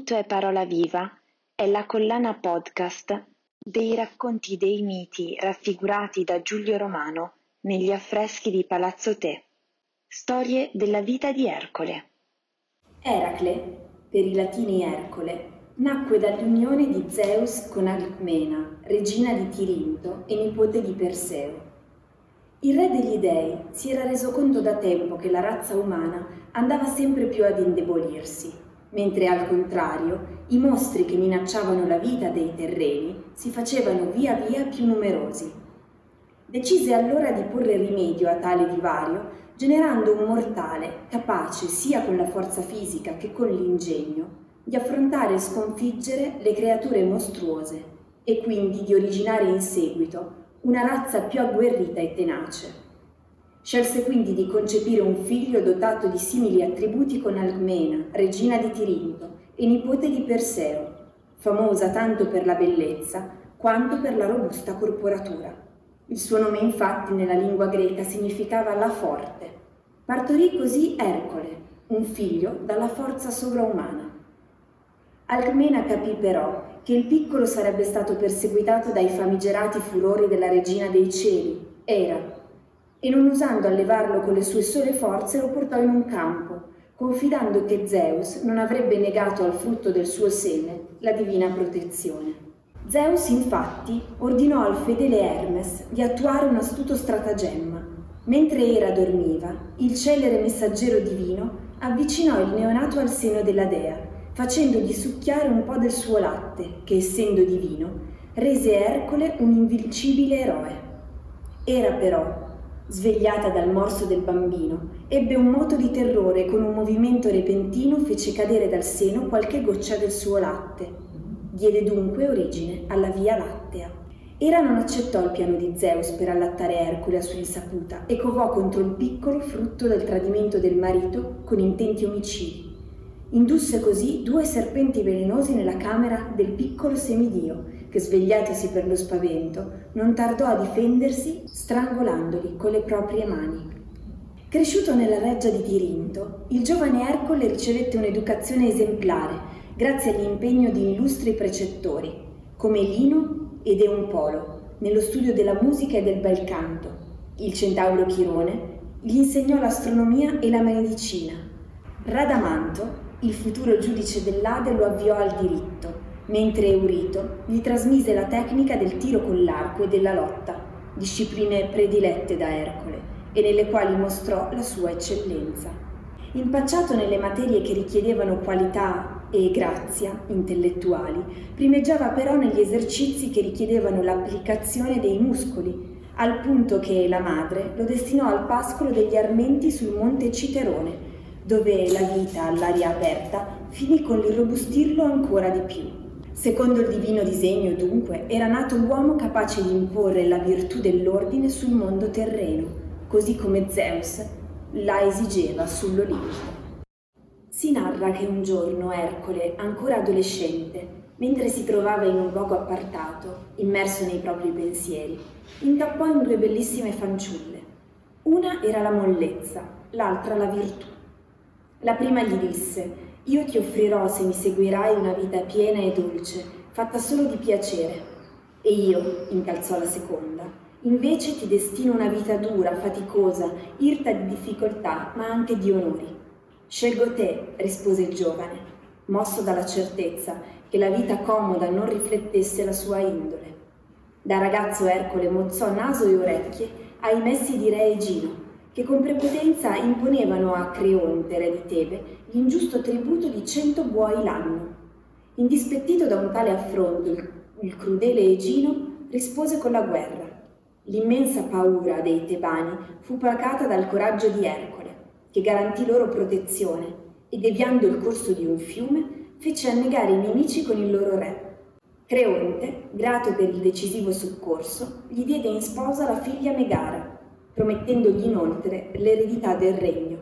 Mito è parola viva è la collana podcast dei racconti dei miti raffigurati da Giulio Romano negli affreschi di Palazzo Te. Storie della vita di Ercole. Eracle, per i latini Ercole, nacque dall'unione di Zeus con Alcmena, regina di Tirinto e nipote di Perseo. Il re degli dei si era reso conto da tempo che la razza umana andava sempre più ad indebolirsi, mentre al contrario i mostri che minacciavano la vita dei terreni si facevano via via più numerosi. Decise allora di porre rimedio a tale divario generando un mortale capace sia con la forza fisica che con l'ingegno di affrontare e sconfiggere le creature mostruose e quindi di originare in seguito una razza più agguerrita e tenace. Scelse quindi di concepire un figlio dotato di simili attributi con Alcmena, regina di Tirinto e nipote di Perseo, famosa tanto per la bellezza quanto per la robusta corporatura. Il suo nome infatti nella lingua greca significava la forte. Partorì così Ercole, un figlio dalla forza sovraumana. Alcmena capì però che il piccolo sarebbe stato perseguitato dai famigerati furori della regina dei cieli, Era, e non osando allevarlo con le sue sole forze lo portò in un campo, confidando che Zeus non avrebbe negato al frutto del suo seme la divina protezione. Zeus infatti ordinò al fedele Hermes di attuare un astuto stratagemma. Mentre Era dormiva, il celere messaggero divino avvicinò il neonato al seno della dea, facendogli succhiare un po' del suo latte, che essendo divino, rese Ercole un invincibile eroe. Era però, svegliata dal morso del bambino, ebbe un moto di terrore e con un movimento repentino fece cadere dal seno qualche goccia del suo latte. Diede dunque origine alla Via Lattea. Era non accettò il piano di Zeus per allattare Ercole a sua insaputa e covò contro il piccolo frutto del tradimento del marito con intenti omicidi. Indusse così 2 serpenti velenosi nella camera del piccolo semidio, che svegliatosi per lo spavento, non tardò a difendersi strangolandoli con le proprie mani. Cresciuto nella reggia di Tirinto, il giovane Ercole ricevette un'educazione esemplare, grazie all'impegno di illustri precettori, come Lino ed Eumpolo, nello studio della musica e del bel canto. Il centauro Chirone gli insegnò l'astronomia e la medicina. Radamanto, il futuro giudice dell'Ade, lo avviò al diritto, mentre Eurito gli trasmise la tecnica del tiro con l'arco e della lotta, discipline predilette da Ercole e nelle quali mostrò la sua eccellenza. Impacciato nelle materie che richiedevano qualità e grazia intellettuali, primeggiava però negli esercizi che richiedevano l'applicazione dei muscoli, al punto che la madre lo destinò al pascolo degli armenti sul monte Citerone, dove la vita all'aria aperta finì con l'irrobustirlo ancora di più. Secondo il divino disegno, dunque, era nato l'uomo capace di imporre la virtù dell'ordine sul mondo terreno, così come Zeus la esigeva sull'Olimpo. Si narra che un giorno Ercole, ancora adolescente, mentre si trovava in un luogo appartato, immerso nei propri pensieri, incappò in 2 bellissime fanciulle. Una era la mollezza, l'altra la virtù. La prima gli disse: «Io ti offrirò, se mi seguirai, una vita piena e dolce, fatta solo di piacere. E io», incalzò la seconda, «invece ti destino una vita dura, faticosa, irta di difficoltà, ma anche di onori». «Scelgo te», rispose il giovane, mosso dalla certezza che la vita comoda non riflettesse la sua indole. Da ragazzo Ercole mozzò naso e orecchie ai messi di re Egino, che con prepotenza imponevano a Creonte, re di Tebe, l'ingiusto tributo di 100 buoi l'anno. Indispettito da un tale affronto, il crudele Egino rispose con la guerra. L'immensa paura dei tebani fu placata dal coraggio di Ercole, che garantì loro protezione e, deviando il corso di un fiume, fece annegare i nemici con il loro re. Creonte, grato per il decisivo soccorso, gli diede in sposa la figlia Megara, promettendogli inoltre l'eredità del regno.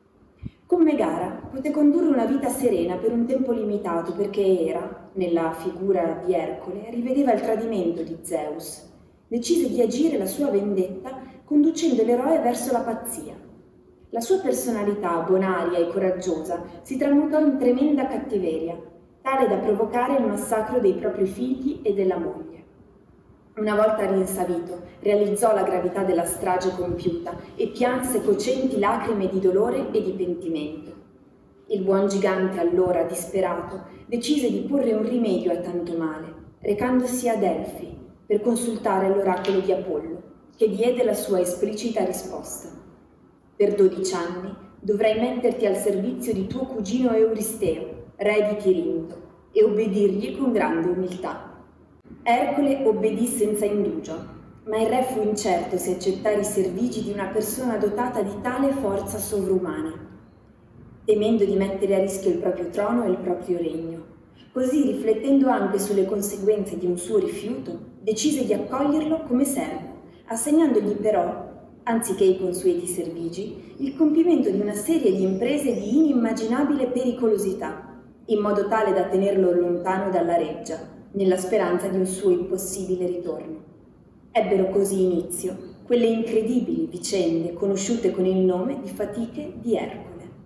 Con Megara poté condurre una vita serena per un tempo limitato, perché Era, nella figura di Ercole, rivedeva il tradimento di Zeus. Decise di agire la sua vendetta conducendo l'eroe verso la pazzia. La sua personalità bonaria e coraggiosa si tramutò in tremenda cattiveria, tale da provocare il massacro dei propri figli e della moglie. Una volta rinsavito, realizzò la gravità della strage compiuta e pianse cocenti lacrime di dolore e di pentimento. Il buon gigante allora, disperato, decise di porre un rimedio a tanto male, recandosi a Delfi per consultare l'oracolo di Apollo, che diede la sua esplicita risposta. Per 12 anni dovrai metterti al servizio di tuo cugino Euristeo, re di Tirinto, e obbedirgli con grande umiltà. Ercole obbedì senza indugio, ma il re fu incerto se accettare i servigi di una persona dotata di tale forza sovrumana, temendo di mettere a rischio il proprio trono e il proprio regno. Così, riflettendo anche sulle conseguenze di un suo rifiuto, decise di accoglierlo come servo, assegnandogli però, anziché i consueti servigi, il compimento di una serie di imprese di inimmaginabile pericolosità, in modo tale da tenerlo lontano dalla reggia, nella speranza di un suo impossibile ritorno. Ebbero così inizio quelle incredibili vicende conosciute con il nome di fatiche di Ercole.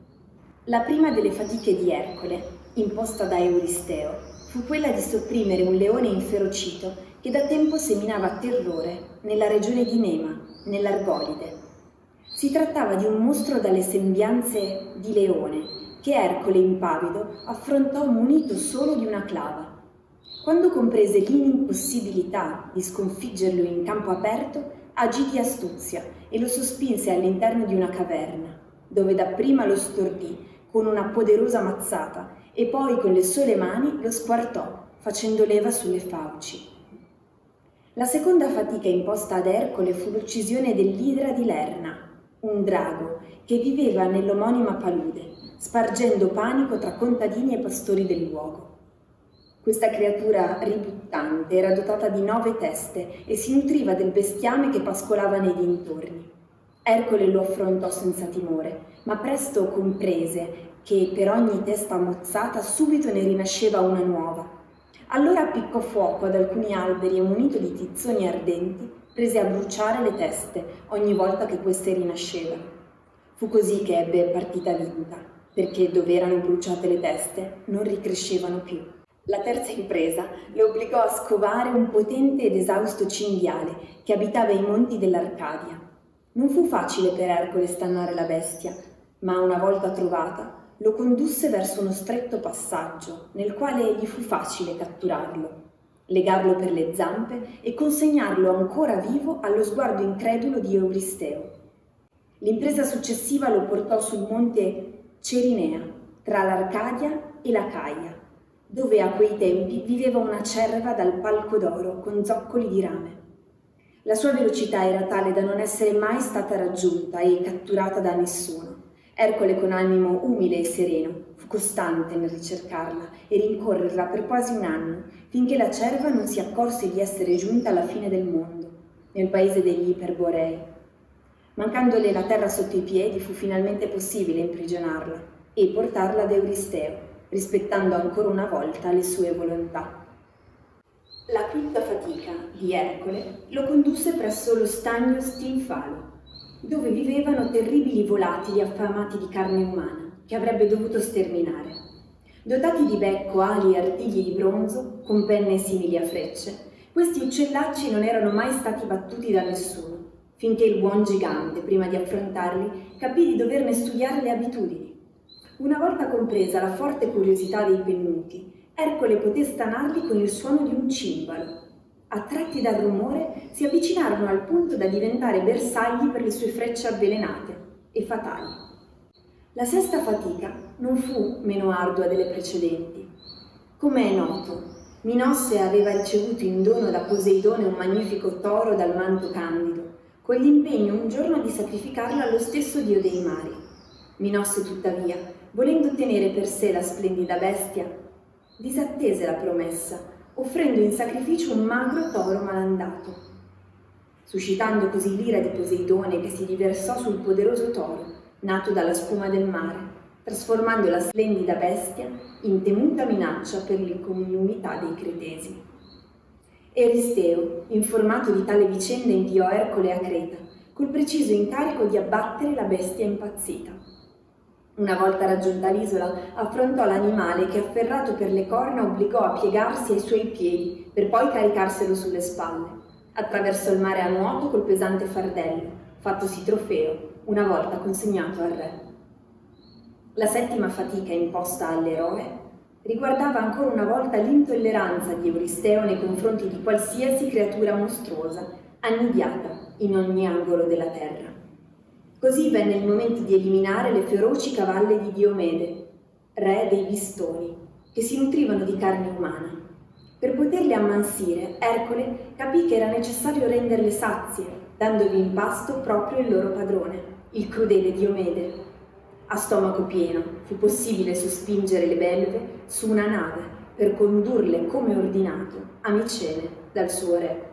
La prima delle fatiche di Ercole, imposta da Euristeo, fu quella di sopprimere un leone inferocito che da tempo seminava terrore nella regione di Nema, nell'Argolide. Si trattava di un mostro dalle sembianze di leone che Ercole, impavido, affrontò munito solo di una clava. Quando comprese l'inimpossibilità di sconfiggerlo in campo aperto, agì di astuzia e lo sospinse all'interno di una caverna, dove dapprima lo stordì con una poderosa mazzata e poi con le sole mani lo squartò, facendo leva sulle fauci. La seconda fatica imposta ad Ercole fu l'uccisione dell'idra di Lerna, un drago che viveva nell'omonima palude, spargendo panico tra contadini e pastori del luogo. Questa creatura ributtante era dotata di 9 teste e si nutriva del bestiame che pascolava nei dintorni. Ercole lo affrontò senza timore, ma presto comprese che per ogni testa mozzata subito ne rinasceva una nuova. Allora appiccò fuoco ad alcuni alberi e, munito di tizzoni ardenti, prese a bruciare le teste ogni volta che queste rinascevano. Fu così che ebbe partita vinta, perché dove erano bruciate le teste non ricrescevano più. La terza impresa lo obbligò a scovare un potente ed esausto cinghiale che abitava i monti dell'Arcadia. Non fu facile per Ercole stannare la bestia, ma una volta trovata lo condusse verso uno stretto passaggio nel quale gli fu facile catturarlo, legarlo per le zampe e consegnarlo ancora vivo allo sguardo incredulo di Euristeo. L'impresa successiva lo portò sul monte Cerinea, tra l'Arcadia e la Caia, dove a quei tempi viveva una cerva dal palco d'oro con zoccoli di rame. La sua velocità era tale da non essere mai stata raggiunta e catturata da nessuno. Ercole, con animo umile e sereno, fu costante nel ricercarla e rincorrerla per quasi un anno, finché la cerva non si accorse di essere giunta alla fine del mondo, nel paese degli Iperborei. Mancandole la terra sotto i piedi, fu finalmente possibile imprigionarla e portarla ad Euristeo, rispettando ancora una volta le sue volontà. La quinta fatica di Ercole lo condusse presso lo stagno Stinfalo, dove vivevano terribili volatili affamati di carne umana, che avrebbe dovuto sterminare. Dotati di becco, ali e artigli di bronzo, con penne simili a frecce, questi uccellacci non erano mai stati battuti da nessuno, finché il buon gigante, prima di affrontarli, capì di doverne studiare le abitudini. Una volta compresa la forte curiosità dei pennuti, Ercole poté stanarli con il suono di un cimbalo. Attratti dal rumore, si avvicinarono al punto da diventare bersagli per le sue frecce avvelenate e fatali. La sesta fatica non fu meno ardua delle precedenti. Come è noto, Minosse aveva ricevuto in dono da Poseidone un magnifico toro dal manto candido, con l'impegno un giorno di sacrificarlo allo stesso dio dei mari. Minosse, tuttavia, volendo ottenere per sé la splendida bestia, disattese la promessa, offrendo in sacrificio un magro toro malandato. Suscitando così l'ira di Poseidone, che si riversò sul poderoso toro, nato dalla spuma del mare, trasformando la splendida bestia in temuta minaccia per l'incolumità dei Cretesi. Euristeo, informato di tale vicenda, inviò Ercole a Creta, col preciso incarico di abbattere la bestia impazzita. Una volta raggiunta l'isola, affrontò l'animale che, afferrato per le corna, obbligò a piegarsi ai suoi piedi per poi caricarselo sulle spalle. Attraversò il mare a nuoto col pesante fardello, fattosi trofeo, una volta consegnato al re. La settima fatica imposta all'eroe riguardava ancora una volta l'intolleranza di Euristeo nei confronti di qualsiasi creatura mostruosa, anniddiata in ogni angolo della terra. Così venne il momento di eliminare le feroci cavalle di Diomede, re dei bistoni, che si nutrivano di carne umana. Per poterle ammansire, Ercole capì che era necessario renderle sazie, dandovi in pasto proprio il loro padrone, il crudele Diomede. A stomaco pieno fu possibile sospingere le belve su una nave per condurle come ordinato a Micene dal suo re.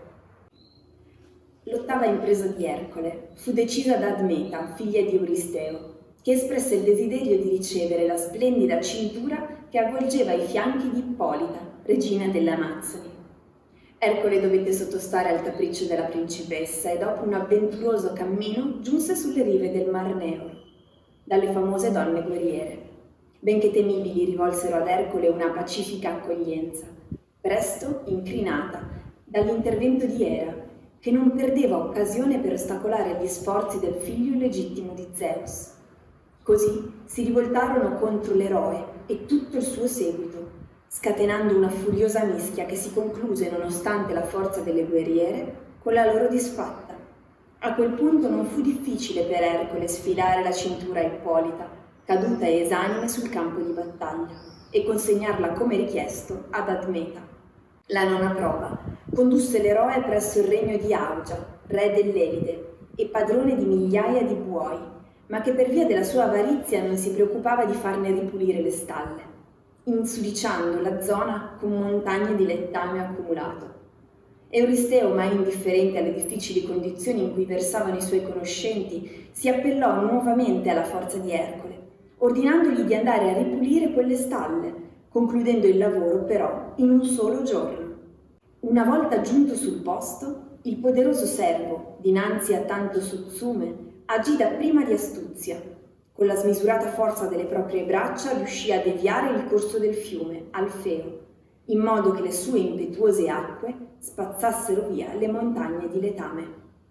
L'ottava impresa di Ercole fu decisa da Admeta, figlia di Euristeo, che espresse il desiderio di ricevere la splendida cintura che avvolgeva i fianchi di Ippolita, regina delle Amazzoni. Ercole dovette sottostare al capriccio della principessa e dopo un avventuroso cammino giunse sulle rive del Mar Nero, dalle famose donne guerriere. Benché temibili rivolsero ad Ercole una pacifica accoglienza, presto incrinata dall'intervento di Era, che non perdeva occasione per ostacolare gli sforzi del figlio illegittimo di Zeus. Così si rivoltarono contro l'eroe e tutto il suo seguito, scatenando una furiosa mischia che si concluse, nonostante la forza delle guerriere, con la loro disfatta. A quel punto non fu difficile per Ercole sfilare la cintura a Ippolita, caduta e esanime sul campo di battaglia, e consegnarla come richiesto ad Admeta. La nona prova condusse l'eroe presso il regno di Augia, re dell'Elide e padrone di migliaia di buoi, ma che per via della sua avarizia non si preoccupava di farne ripulire le stalle, insudiciando la zona con montagne di lettame accumulato. Euristeo, mai indifferente alle difficili condizioni in cui versavano i suoi conoscenti, si appellò nuovamente alla forza di Ercole, ordinandogli di andare a ripulire quelle stalle, concludendo il lavoro però in un solo giorno. Una volta giunto sul posto, il poderoso servo, dinanzi a tanto suzzume, agì dapprima di astuzia. Con la smisurata forza delle proprie braccia riuscì a deviare il corso del fiume, Alfeo, in modo che le sue impetuose acque spazzassero via le montagne di letame.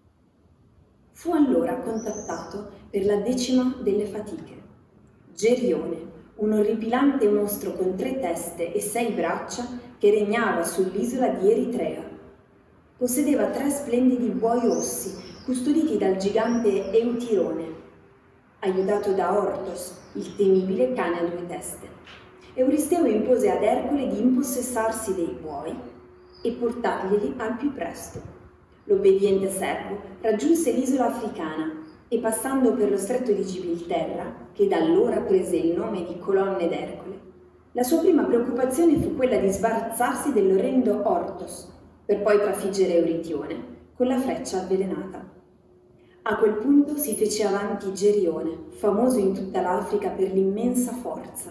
Fu allora contattato per la decima delle fatiche, Gerione, un orripilante mostro con 3 teste e 6 braccia che regnava sull'isola di Eritrea. Possedeva 3 splendidi buoi rossi, custoditi dal gigante Eutirone, aiutato da Ortos, il temibile cane a 2 teste. Euristeo impose ad Ercole di impossessarsi dei buoi e portarglieli al più presto. L'obbediente servo raggiunse l'isola africana e, passando per lo stretto di Gibilterra, che da allora prese il nome di Colonne d'Ercole, la sua prima preoccupazione fu quella di sbarazzarsi dell'orrendo Ortos, per poi trafiggere Euritione con la freccia avvelenata. A quel punto si fece avanti Gerione, famoso in tutta l'Africa per l'immensa forza,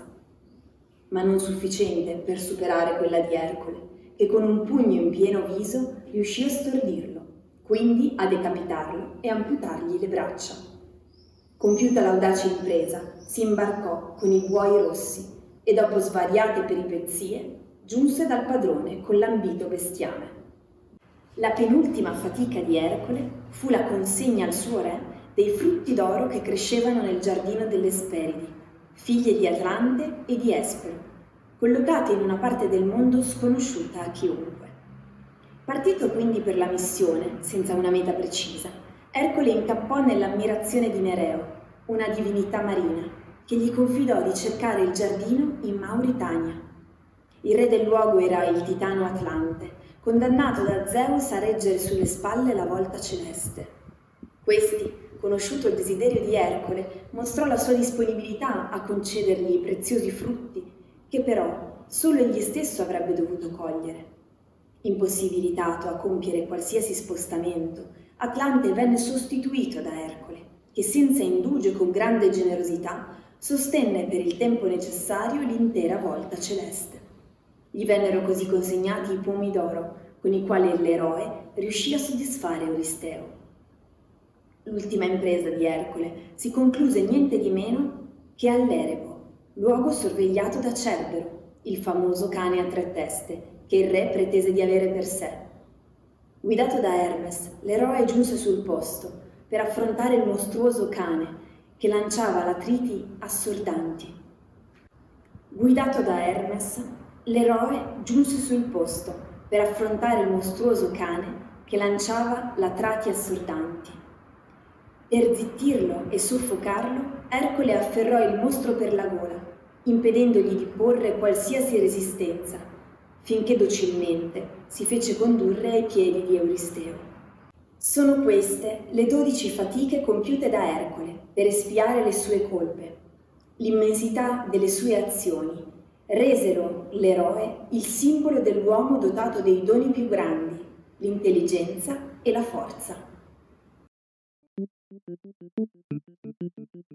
ma non sufficiente per superare quella di Ercole, che con un pugno in pieno viso riuscì a stordirlo, quindi a decapitarlo e amputargli le braccia. Compiuta l'audace impresa, si imbarcò con i buoi rossi e dopo svariate peripezie giunse dal padrone con l'ambito bestiame. La penultima fatica di Ercole fu la consegna al suo re dei frutti d'oro che crescevano nel giardino delle Speridi, figlie di Atlante e di Espero, collocate in una parte del mondo sconosciuta a chiunque. Partito quindi per la missione, senza una meta precisa, Ercole incappò nell'ammirazione di Nereo, una divinità marina, che gli confidò di cercare il giardino in Mauritania. Il re del luogo era il titano Atlante, condannato da Zeus a reggere sulle spalle la volta celeste. Questi, conosciuto il desiderio di Ercole, mostrò la sua disponibilità a concedergli i preziosi frutti che però solo egli stesso avrebbe dovuto cogliere. Impossibilitato a compiere qualsiasi spostamento, Atlante venne sostituito da Ercole, che senza indugio e con grande generosità sostenne per il tempo necessario l'intera volta celeste. Gli vennero così consegnati i pomi d'oro, con i quali l'eroe riuscì a soddisfare Euristeo. L'ultima impresa di Ercole si concluse niente di meno che all'Erebo, luogo sorvegliato da Cerbero, il famoso cane a 3 teste che il re pretese di avere per sé. Guidato da Hermes, l'eroe giunse sul posto per affrontare il mostruoso cane che lanciava latriti assordanti. Guidato da Hermes, l'eroe giunse sul posto per affrontare il mostruoso cane che lanciava latrati assordanti. Per zittirlo e soffocarlo, Ercole afferrò il mostro per la gola, impedendogli di porre qualsiasi resistenza, finché docilmente si fece condurre ai piedi di Euristeo. Sono queste le 12 fatiche compiute da Ercole per espiare le sue colpe. L'immensità delle sue azioni resero l'eroe il simbolo dell'uomo dotato dei doni più grandi, l'intelligenza e la forza.